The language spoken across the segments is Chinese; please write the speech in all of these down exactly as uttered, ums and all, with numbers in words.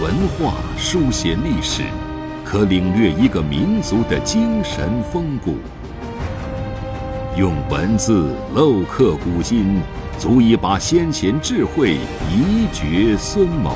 文化，书写历史，可领略一个民族的精神风骨。用文字镂刻古今，足以把先贤智慧遗绝孙谋。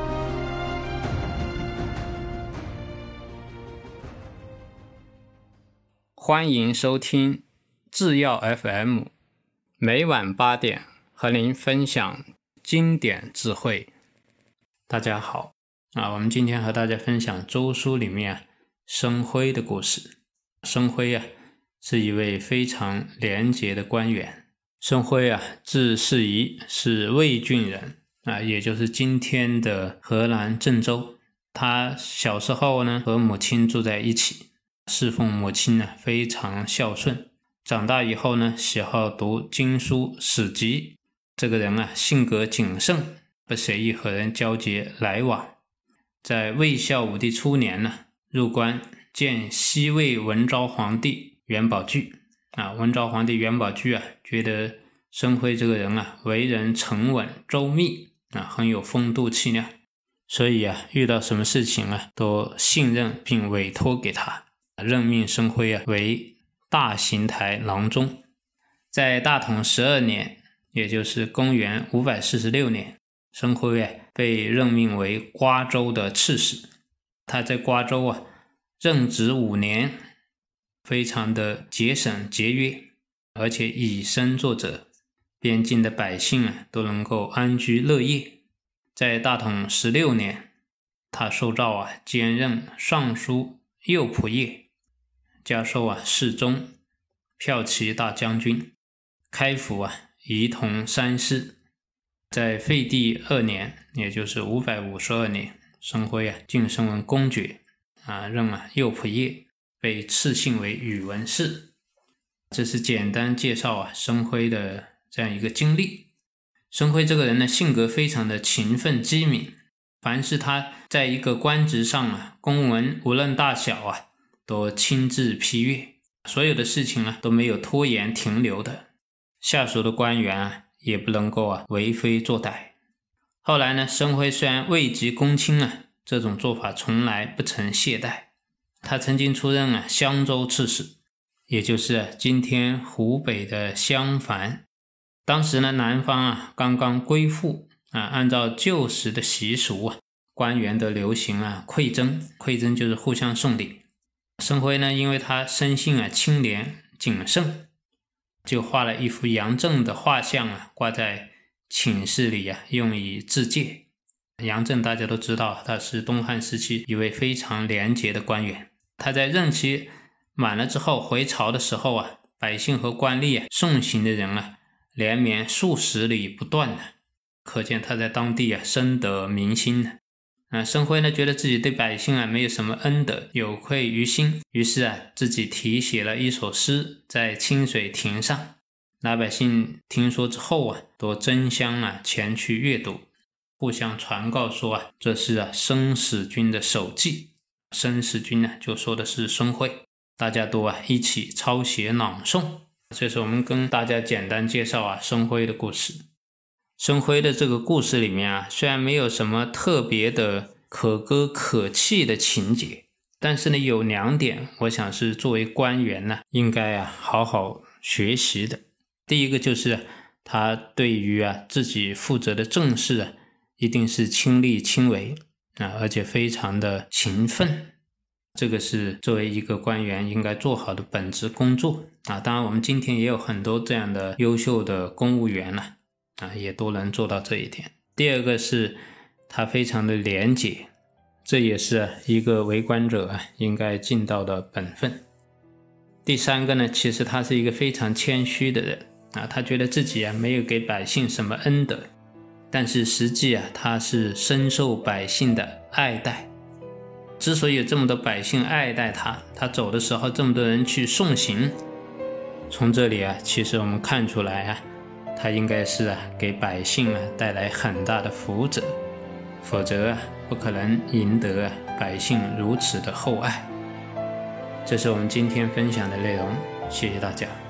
欢迎收听制药 F M， 每晚八点和您分享经典智慧。大家好啊，我们今天和大家分享周书里面、啊、申辉的故事。申辉啊是一位非常廉洁的官员。申辉啊字士仪，是魏郡人啊，也就是今天的河南郑州。他小时候呢和母亲住在一起，侍奉母亲呢非常孝顺。长大以后呢喜好读经书史籍，这个人啊性格谨慎，不随意和人交结来往。在魏孝武帝初年呢入关见西魏文昭皇帝元宝炬啊，文昭皇帝元宝炬啊觉得申辉这个人啊为人沉稳周密啊，很有风度气量，所以啊遇到什么事情啊都信任并委托给他，任命申辉啊为大行台郎中。在大统十二年，也就是公元五百四十六年，申辉啊被任命为瓜州的刺史。他在瓜州啊任职五年，非常的节省节约，而且以身作则，边境的百姓啊都能够安居乐业。在大统十六年，他受诏啊兼任尚书右仆射，加授啊侍中、骠骑大将军，开府啊仪同三司。在废帝二年，也就是五百五十二年，申辉啊晋升为公爵啊，任啊右仆射，被赐姓为宇文氏。这是简单介绍啊申辉的这样一个经历。申辉这个人呢性格非常的勤奋机敏，凡是他在一个官职上啊，公文无论大小啊都亲自批阅，所有的事情啊都没有拖延停留的，下属的官员啊也不能够啊为非作歹。后来呢，申辉虽然位极公卿啊，这种做法从来不曾懈怠。他曾经出任啊襄州刺史，也就是啊今天湖北的襄樊。当时呢南方啊刚刚归附啊，按照旧时的习俗啊，官员的流行啊馈赠，馈赠就是互相送礼。申辉呢因为他生性啊清廉谨慎，就画了一幅杨震的画像啊挂在寝室里啊，用以自戒。杨震大家都知道，他是东汉时期一位非常廉洁的官员。他在任期满了之后回朝的时候啊，百姓和官吏啊送行的人啊连绵数十里不断的，可见他在当地啊深得民心的。啊，申辉呢觉得自己对百姓啊没有什么恩德，有愧于心，于是啊自己题写了一首诗在清水亭上。老百姓听说之后啊，都争相啊前去阅读，互相传告说啊，这是啊申使君的手记。申使君呢就说的是申辉，大家都啊一起抄写朗诵。这是我们跟大家简单介绍啊申辉的故事。申辉的这个故事里面啊，虽然没有什么特别的可歌可泣的情节，但是呢有两点我想是作为官员呢应该啊好好学习的。第一个就是他对于啊自己负责的政事啊一定是亲力亲为啊，而且非常的勤奋，这个是作为一个官员应该做好的本职工作啊。当然我们今天也有很多这样的优秀的公务员了啊，也都能做到这一点。第二个是他非常的廉洁，这也是一个为官者啊应该尽到的本分。第三个呢，其实他是一个非常谦虚的人啊，他觉得自己啊没有给百姓什么恩德，但是实际啊他是深受百姓的爱戴。之所以有这么多百姓爱戴他，他走的时候这么多人去送行，从这里啊其实我们看出来啊，他应该是啊给百姓啊带来很大的福泽，否则啊不可能赢得啊百姓如此的厚爱。这是我们今天分享的内容，谢谢大家。